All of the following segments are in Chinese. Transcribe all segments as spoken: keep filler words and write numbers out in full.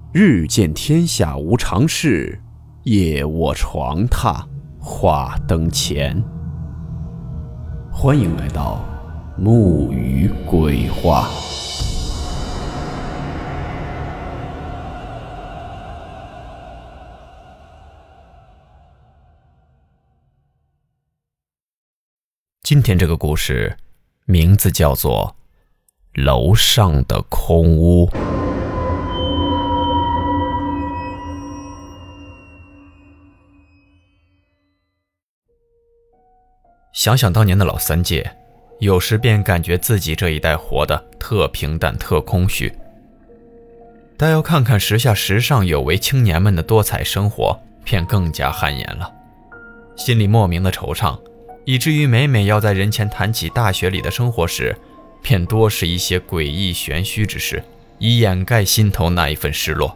日见天下无常事，夜卧床榻话灯前。欢迎来到木鱼鬼话。今天这个故事名字叫做楼上的空屋。想想当年的老三届，有时便感觉自己这一代活得特平淡特空虚，但要看看时下时尚有为青年们的多彩生活，便更加汗颜了，心里莫名的惆怅，以至于每每要在人前谈起大学里的生活时，便多是一些诡异玄虚之事，以掩盖心头那一份失落。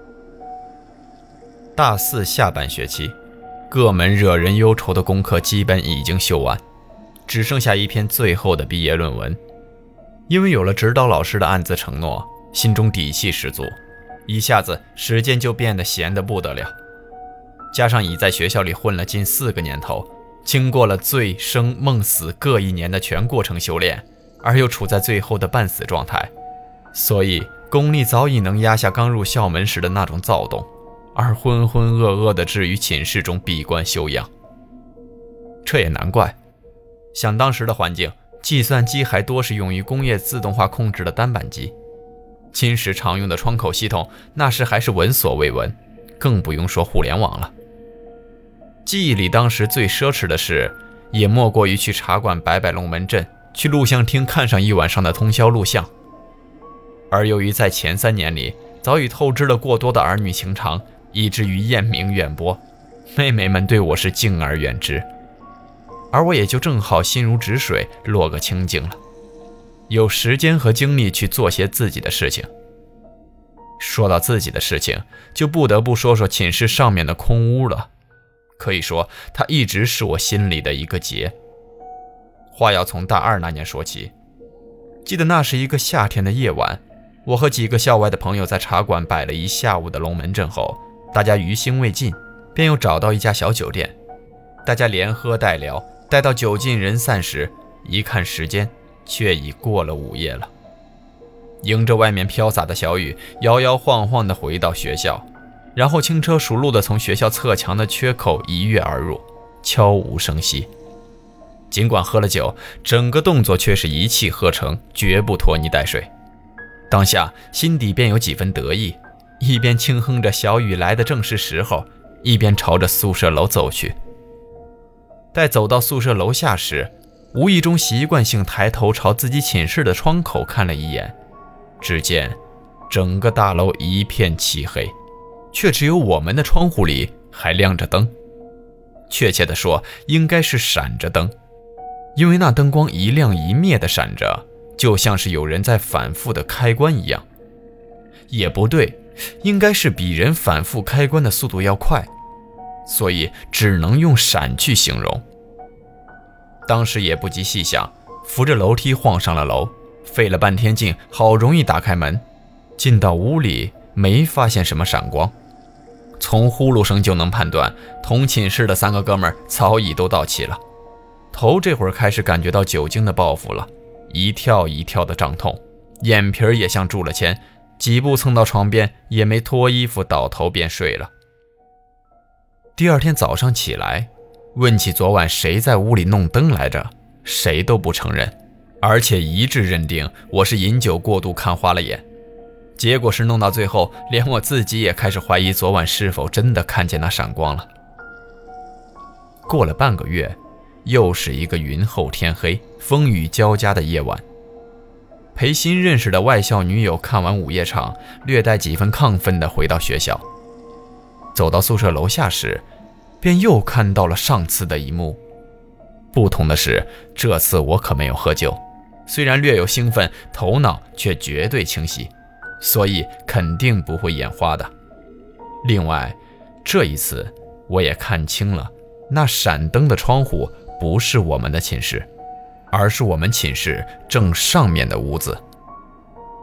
大四下半学期，各门惹人忧愁的功课基本已经修完，只剩下一篇最后的毕业论文。因为有了指导老师的暗自承诺，心中底气十足，一下子时间就变得闲得不得了。加上已在学校里混了近四个年头，经过了醉生梦死各一年的全过程修炼，而又处在最后的半死状态，所以功力早已能压下刚入校门时的那种躁动，而浑浑噩噩地置于寝室中闭关休养。这也难怪，想当时的环境，计算机还多是用于工业自动化控制的单板机，寝室常用的窗口系统那时还是闻所未闻，更不用说互联网了。记忆里当时最奢侈的事，也莫过于去茶馆摆摆龙门阵，去录像厅看上一晚上的通宵录像。而由于在前三年里早已透支了过多的儿女情长，以至于艳名远播，妹妹们对我是敬而远之，而我也就正好心如止水，落个清净了，有时间和精力去做些自己的事情。说到自己的事情，就不得不说说寝室上面的空屋了。可以说它一直是我心里的一个结。话要从大二那年说起，记得那是一个夏天的夜晚，我和几个校外的朋友在茶馆摆了一下午的龙门阵后，大家余兴未尽，便又找到一家小酒店，大家连喝带聊，待到酒尽人散时，一看时间，却已过了午夜了。迎着外面飘洒的小雨，摇摇晃晃地回到学校，然后轻车熟路地从学校侧墙的缺口一跃而入，悄无声息。尽管喝了酒，整个动作却是一气呵成，绝不拖泥带水。当下心底便有几分得意，一边轻哼着小雨来的正是时候，一边朝着宿舍楼走去。待走到宿舍楼下时，无意中习惯性抬头朝自己寝室的窗口看了一眼，只见整个大楼一片漆黑，却只有我们的窗户里还亮着灯，确切地说应该是闪着灯，因为那灯光一亮一灭的闪着，就像是有人在反复的开关一样。也不对，应该是比人反复开关的速度要快，所以只能用闪去形容。当时也不及细想，扶着楼梯晃上了楼，费了半天劲，好容易打开门，进到屋里没发现什么闪光，从呼噜声就能判断同寝室的三个哥们儿早已都到齐了。头这会儿开始感觉到酒精的报复了，一跳一跳的胀痛，眼皮儿也像注了铅，几步蹭到床边，也没脱衣服，倒头便睡了。第二天早上起来，问起昨晚谁在屋里弄灯来着，谁都不承认，而且一致认定我是饮酒过度看花了眼。结果是弄到最后，连我自己也开始怀疑昨晚是否真的看见那闪光了。过了半个月，又是一个云厚天黑、风雨交加的夜晚。陪新认识的外校女友看完午夜场，略带几分亢奋地回到学校。走到宿舍楼下时，便又看到了上次的一幕。不同的是，这次我可没有喝酒，虽然略有兴奋，头脑却绝对清晰，所以肯定不会眼花的。另外，这一次我也看清了，那闪灯的窗户不是我们的寝室，而是我们寝室正上面的屋子。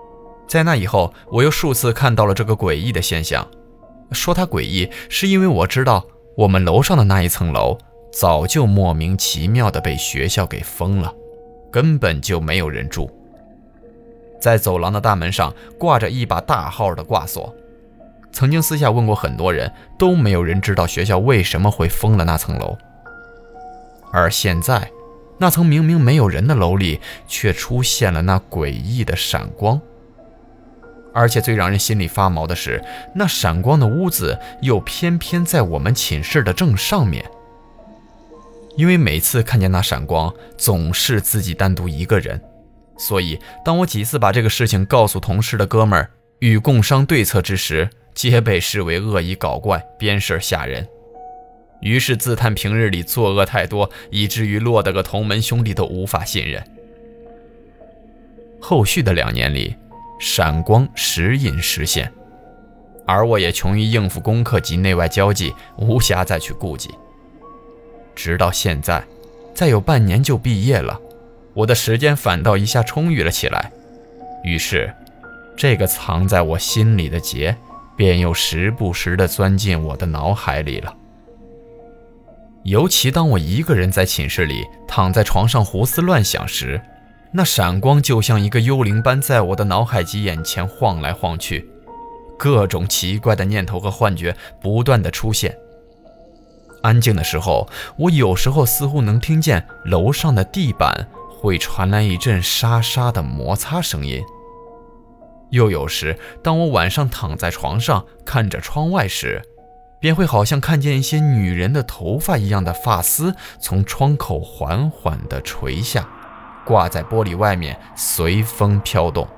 在那以后，我又数次看到了这个诡异的现象。说它诡异，是因为我知道我们楼上的那一层楼早就莫名其妙地被学校给封了，根本就没有人住。在走廊的大门上挂着一把大号的挂锁，曾经私下问过很多人，都没有人知道学校为什么会封了那层楼。而现在，那层明明没有人的楼里却出现了那诡异的闪光。而且最让人心里发毛的是，那闪光的屋子又偏偏在我们寝室的正上面。因为每次看见那闪光，总是自己单独一个人，所以当我几次把这个事情告诉同事的哥们儿，与共商对策之时，皆被视为恶意搞怪，编事吓人。于是自叹平日里作恶太多，以至于落得个同门兄弟都无法信任。后续的两年里，闪光时隐时现，而我也穷于应付功课及内外交际，无暇再去顾及。直到现在，再有半年就毕业了，我的时间反倒一下充裕了起来，于是这个藏在我心里的结便又时不时地钻进我的脑海里了。尤其当我一个人在寝室里躺在床上胡思乱想时，那闪光就像一个幽灵般在我的脑海及眼前晃来晃去，各种奇怪的念头和幻觉不断地出现。安静的时候，我有时候似乎能听见楼上的地板会传来一阵沙沙的摩擦声音。又有时，当我晚上躺在床上看着窗外时，便会好像看见一些女人的头发一样的发丝从窗口缓缓地垂下，挂在玻璃外面随风飘动。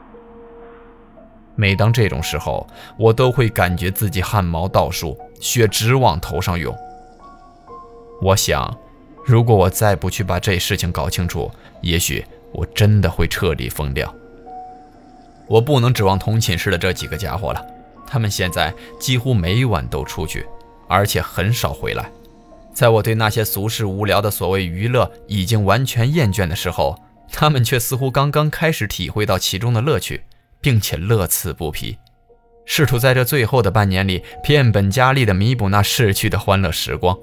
每当这种时候，我都会感觉自己汗毛倒竖，血直往头上涌。我想，如果我再不去把这事情搞清楚，也许我真的会彻底疯掉。我不能指望同寝室的这几个家伙了，他们现在几乎每晚都出去，而且很少回来。在我对那些俗世无聊的所谓娱乐已经完全厌倦的时候，他们却似乎刚刚开始体会到其中的乐趣，并且乐此不疲，试图在这最后的半年里变本加厉地弥补那逝去的欢乐时光。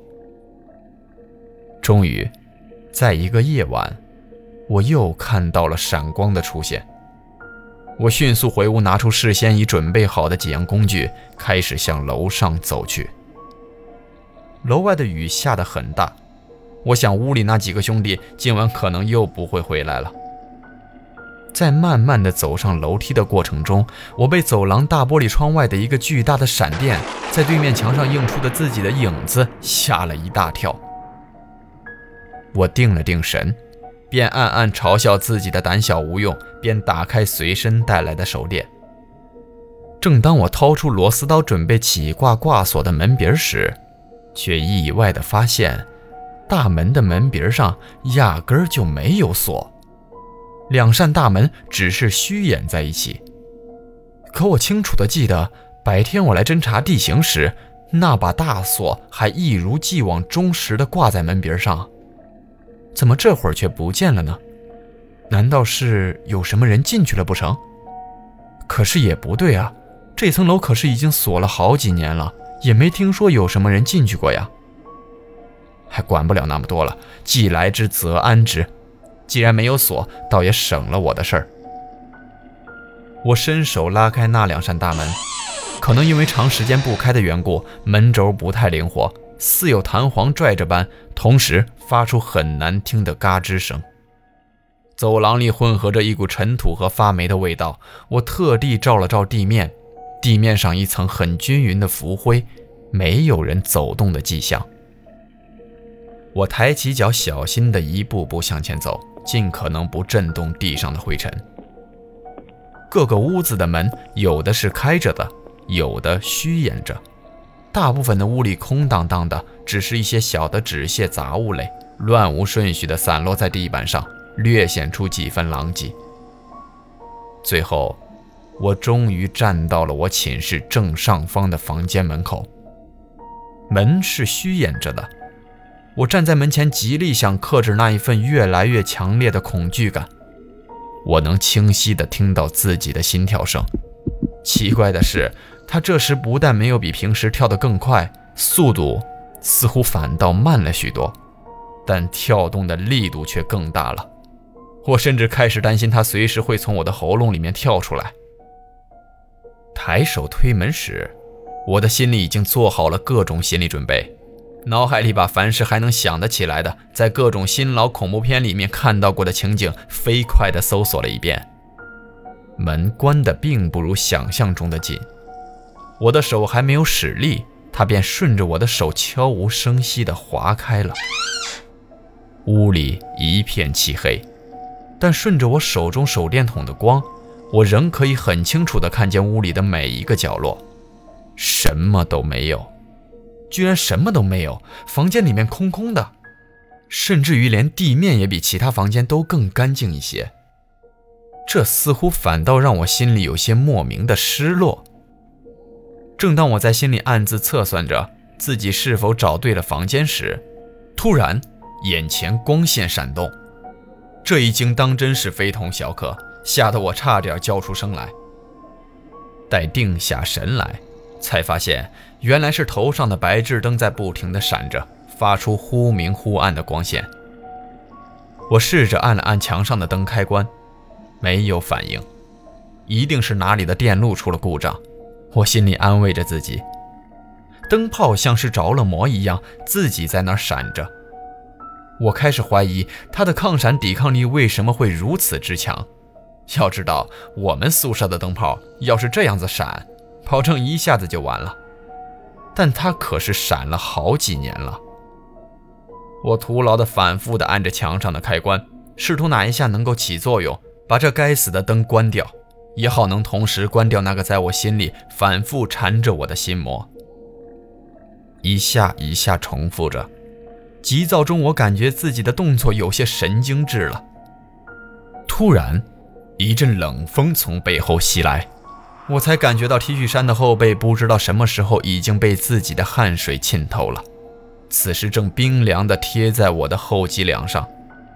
终于，在一个夜晚，我又看到了闪光的出现。我迅速回屋，拿出事先已准备好的几样工具，开始向楼上走去。楼外的雨下得很大，我想屋里那几个兄弟今晚可能又不会回来了。在慢慢地走上楼梯的过程中，我被走廊大玻璃窗外的一个巨大的闪电在对面墙上映出的自己的影子吓了一大跳。我定了定神，便暗暗嘲笑自己的胆小无用，便打开随身带来的手电。正当我掏出螺丝刀准备起挂挂锁的门柄时，却意外地发现大门的门柄上压根儿就没有锁，两扇大门只是虚掩在一起。可我清楚地记得，白天我来侦察地形时，那把大锁还一如既往忠实地挂在门柄上，怎么这会儿却不见了呢？难道是有什么人进去了不成？可是也不对啊，这层楼可是已经锁了好几年了，也没听说有什么人进去过呀。还管不了那么多了，既来之则安之，既然没有锁，倒也省了我的事儿。我伸手拉开那两扇大门，可能因为长时间不开的缘故，门轴不太灵活，似有弹簧拽着般，同时发出很难听的嘎吱声。走廊里混合着一股尘土和发霉的味道，我特地照了照地面，地面上一层很均匀的浮灰，没有人走动的迹象。我抬起脚，小心地一步步向前走，尽可能不震动地上的灰尘。各个屋子的门有的是开着的，有的虚掩着，大部分的屋里空荡荡的，只是一些小的纸屑杂物类，乱无顺序地散落在地板上，略显出几分狼藉。最后，我终于站到了我寝室正上方的房间门口。门是虚掩着的，我站在门前，极力想克制那一份越来越强烈的恐惧感。 我能清晰地听到自己的心跳声。奇怪的是，它这时不但没有比平时跳得更快，速度似乎反倒慢了许多，但跳动的力度却更大了。我甚至开始担心它随时会从我的喉咙里面跳出来。抬手推门时，我的心里已经做好了各种心理准备，脑海里把凡是还能想得起来的在各种辛劳恐怖片里面看到过的情景飞快地搜索了一遍。门关得并不如想象中的紧，我的手还没有使力，它便顺着我的手悄无声息地划开了。屋里一片漆黑，但顺着我手中手电筒的光，我仍可以很清楚地看见屋里的每一个角落。什么都没有，居然什么都没有，房间里面空空的，甚至于连地面也比其他房间都更干净一些。这似乎反倒让我心里有些莫名的失落。正当我在心里暗自测算着自己是否找对了房间时，突然眼前光线闪动，这一惊当真是非同小可，吓得我差点叫出声来。待定下神来，才发现原来是头上的白炽灯在不停地闪着，发出忽明忽暗的光线。我试着按了按墙上的灯开关，没有反应，一定是哪里的电路出了故障。我心里安慰着自己，灯泡像是着了魔一样，自己在那儿闪着。我开始怀疑它的抗闪抵抗力为什么会如此之强。要知道，我们宿舍的灯泡要是这样子闪，保证一下子就完了。但它可是闪了好几年了。我徒劳地反复地按着墙上的开关，试图哪一下能够起作用，把这该死的灯关掉，也好能同时关掉那个在我心里反复缠着我的心魔。一下一下重复着，急躁中我感觉自己的动作有些神经质了。突然一阵冷风从背后袭来，我才感觉到 T 恤衫的后背不知道什么时候已经被自己的汗水浸透了，此时正冰凉地贴在我的后脊梁上。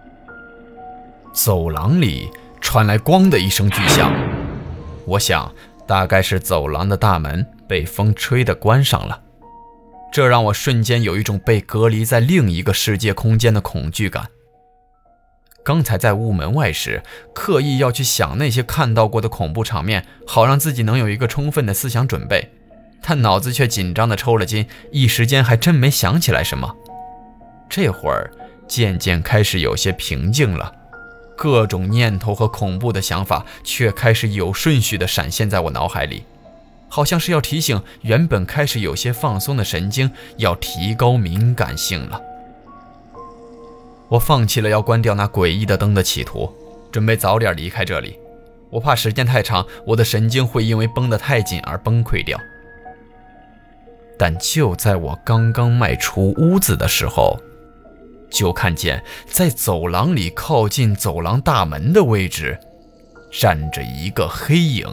走廊里传来咣的一声巨响，我想大概是走廊的大门被风吹得关上了，这让我瞬间有一种被隔离在另一个世界空间的恐惧感。刚才在屋门外时，刻意要去想那些看到过的恐怖场面，好让自己能有一个充分的思想准备，但脑子却紧张地抽了筋，一时间还真没想起来什么。这会儿渐渐开始有些平静了，各种念头和恐怖的想法却开始有顺序地闪现在我脑海里，好像是要提醒原本开始有些放松的神经要提高敏感性了。我放弃了要关掉那诡异的灯的企图，准备早点离开这里。我怕时间太长，我的神经会因为绷得太紧而崩溃掉。但就在我刚刚迈出屋子的时候，就看见在走廊里靠近走廊大门的位置站着一个黑影。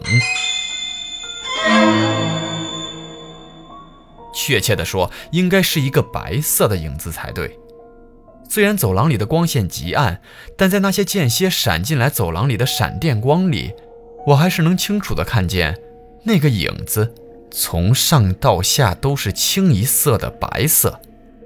确切地说，应该是一个白色的影子才对。虽然走廊里的光线极暗，但在那些间歇闪进来走廊里的闪电光里，我还是能清楚地看见那个影子从上到下都是清一色的白色。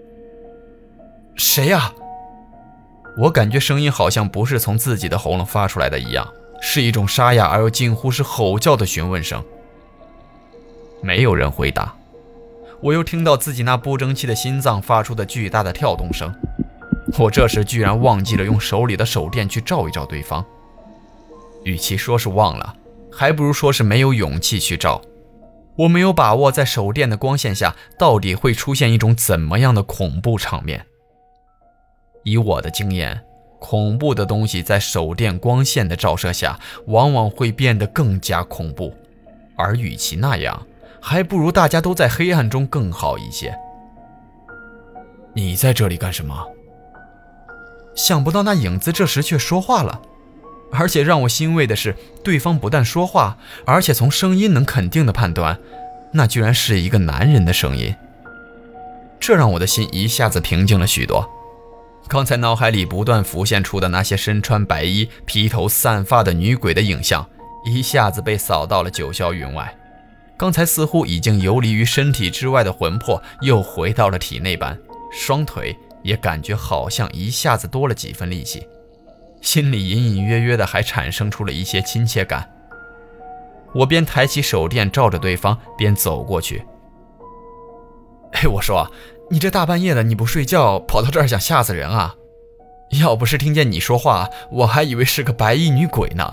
谁呀？我感觉声音好像不是从自己的喉咙发出来的一样，是一种沙哑而又近乎是吼叫的询问声。没有人回答，我又听到自己那不争气的心脏发出的巨大的跳动声。我这时居然忘记了用手里的手电去照一照对方，与其说是忘了，还不如说是没有勇气去照。我没有把握在手电的光线下到底会出现一种怎么样的恐怖场面。以我的经验，恐怖的东西在手电光线的照射下往往会变得更加恐怖，而与其那样，还不如大家都在黑暗中更好一些。你在这里干什么？想不到那影子这时却说话了，而且让我欣慰的是，对方不但说话，而且从声音能肯定的判断，那居然是一个男人的声音。这让我的心一下子平静了许多。 刚才脑海里不断浮现出的那些身穿白衣、披头散发的女鬼的影像，一下子被扫到了九霄云外。刚才似乎已经游离于身体之外的魂魄，又回到了体内般，双腿也感觉好像一下子多了几分力气，心里隐隐约约的还产生出了一些亲切感。我边抬起手电照着对方，边走过去。哎，我说，你这大半夜的你不睡觉，跑到这儿想吓死人啊？要不是听见你说话，我还以为是个白衣女鬼呢。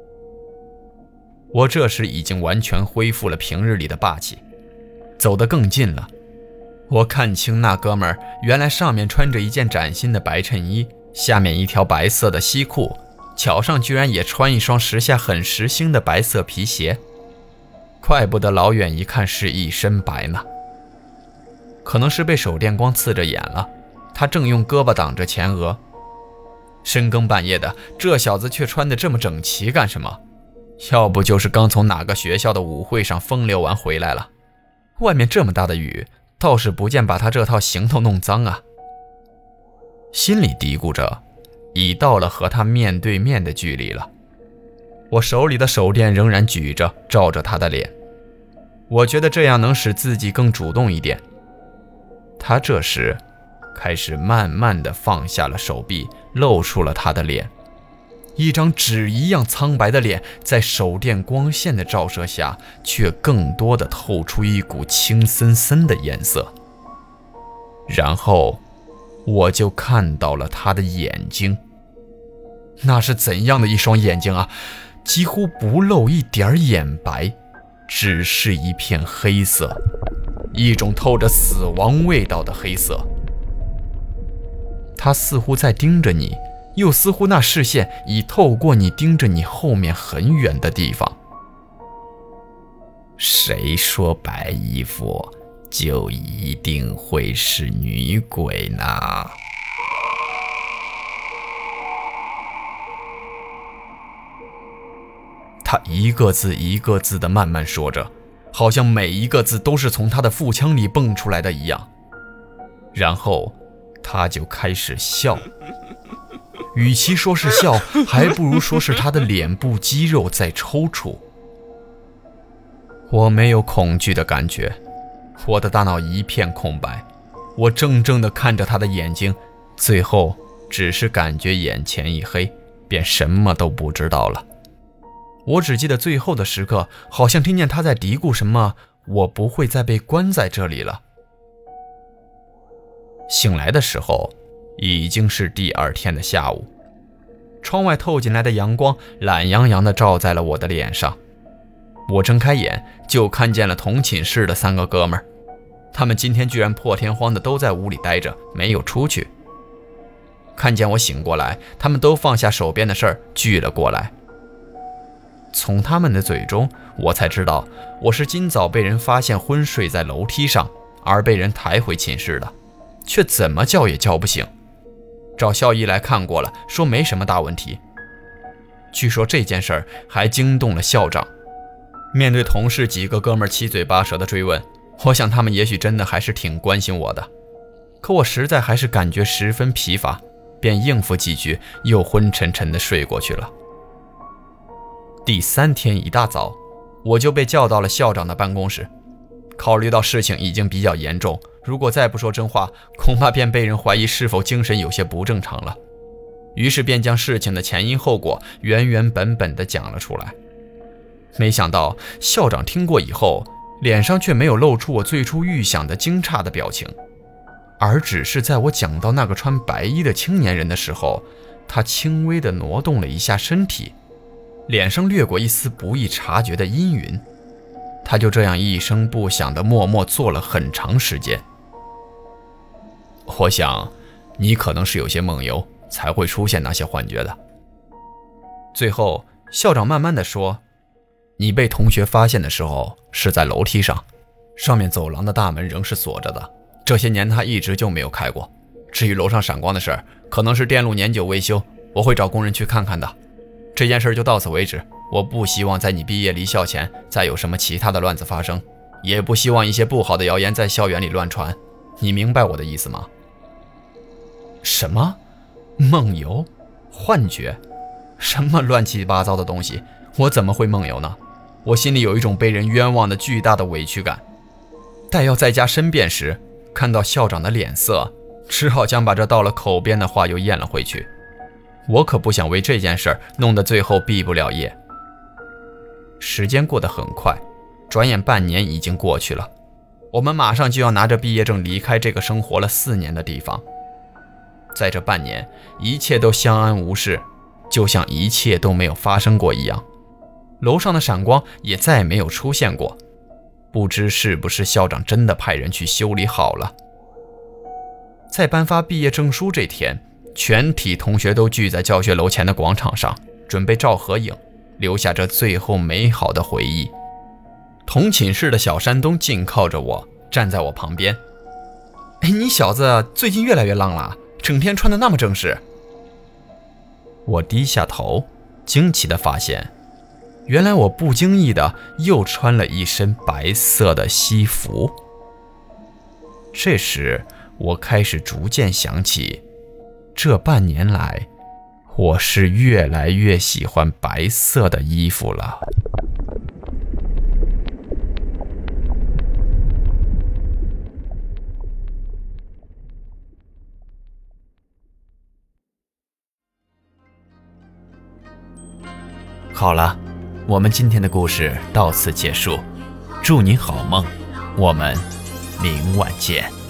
我这时已经完全恢复了平日里的霸气，走得更近了。我看清那哥们儿原来上面穿着一件崭新的白衬衣，下面一条白色的西裤，脚上居然也穿一双时下很时兴的白色皮鞋，怪不得老远一看是一身白呢。可能是被手电光刺着眼了，他正用胳膊挡着前额。深更半夜的，这小子却穿得这么整齐干什么？要不就是刚从哪个学校的舞会上风流完回来了。外面这么大的雨，倒是不见把他这套行头弄脏啊。心里嘀咕着，已到了和他面对面的距离了。我手里的手电仍然举着，照着他的脸。我觉得这样能使自己更主动一点。他这时开始慢慢地放下了手臂，露出了他的脸。一张纸一样苍白的脸，在手电光线的照射下，却更多地透出一股青森森的颜色。然后我就看到了他的眼睛。那是怎样的一双眼睛啊！几乎不露一点眼白，只是一片黑色，一种透着死亡味道的黑色。他似乎在盯着你，又似乎那视线已透过你盯着你后面很远的地方。谁说白衣服就一定会是女鬼呢？他一个字一个字地慢慢说着，好像每一个字都是从他的腹腔里蹦出来的一样。然后他就开始笑，与其说是笑，还不如说是他的脸部肌肉在抽搐。我没有恐惧的感觉，我的大脑一片空白，我怔怔地看着他的眼睛，最后只是感觉眼前一黑，便什么都不知道了。我只记得最后的时刻，好像听见他在嘀咕什么，我不会再被关在这里了。醒来的时候已经是第二天的下午，窗外透进来的阳光懒洋洋地照在了我的脸上。我睁开眼就看见了同寝室的三个哥们儿，他们今天居然破天荒的都在屋里待着，没有出去。看见我醒过来，他们都放下手边的事儿聚了过来。从他们的嘴中，我才知道我是今早被人发现昏睡在楼梯上，而被人抬回寝室的，却怎么叫也叫不醒。找校医来看过了，说没什么大问题。据说这件事儿还惊动了校长。面对同事几个哥们儿七嘴八舌的追问，我想他们也许真的还是挺关心我的，可我实在还是感觉十分疲乏，便应付几句，又昏沉沉的睡过去了。第三天一大早，我就被叫到了校长的办公室。考虑到事情已经比较严重，如果再不说真话，恐怕便被人怀疑是否精神有些不正常了。于是便将事情的前因后果原原本本地讲了出来。没想到校长听过以后，脸上却没有露出我最初预想的惊诧的表情，而只是在我讲到那个穿白衣的青年人的时候，他轻微地挪动了一下身体，脸上掠过一丝不易察觉的阴云。他就这样一声不响地默默坐了很长时间。我想你可能是有些梦游，才会出现那些幻觉的。最后校长慢慢地说，你被同学发现的时候是在楼梯上，上面走廊的大门仍是锁着的，这些年他一直就没有开过。至于楼上闪光的事，可能是电路年久未修，我会找工人去看看的。这件事就到此为止，我不希望在你毕业离校前再有什么其他的乱子发生，也不希望一些不好的谣言在校园里乱传，你明白我的意思吗？什么？ 梦游？幻觉？什么乱七八糟的东西？我怎么会梦游呢？我心里有一种被人冤枉的巨大的委屈感。待要在家申辩时，看到校长的脸色，只好将把这到了口边的话又咽了回去。我可不想为这件事弄得最后毕不了业。时间过得很快，转眼半年已经过去了，我们马上就要拿着毕业证离开这个生活了四年的地方。在这半年，一切都相安无事，就像一切都没有发生过一样。楼上的闪光也再没有出现过，不知是不是校长真的派人去修理好了。在颁发毕业证书这天，全体同学都聚在教学楼前的广场上，准备照合影，留下这最后美好的回忆。同寝室的小山东紧靠着我，站在我旁边。哎，你小子最近越来越浪了，整天穿得那么正式。我低下头，惊奇地发现，原来我不经意的又穿了一身白色的西服。这时我开始逐渐想起，这半年来我是越来越喜欢白色的衣服了。好了，我们今天的故事到此结束，祝您好梦，我们明晚见。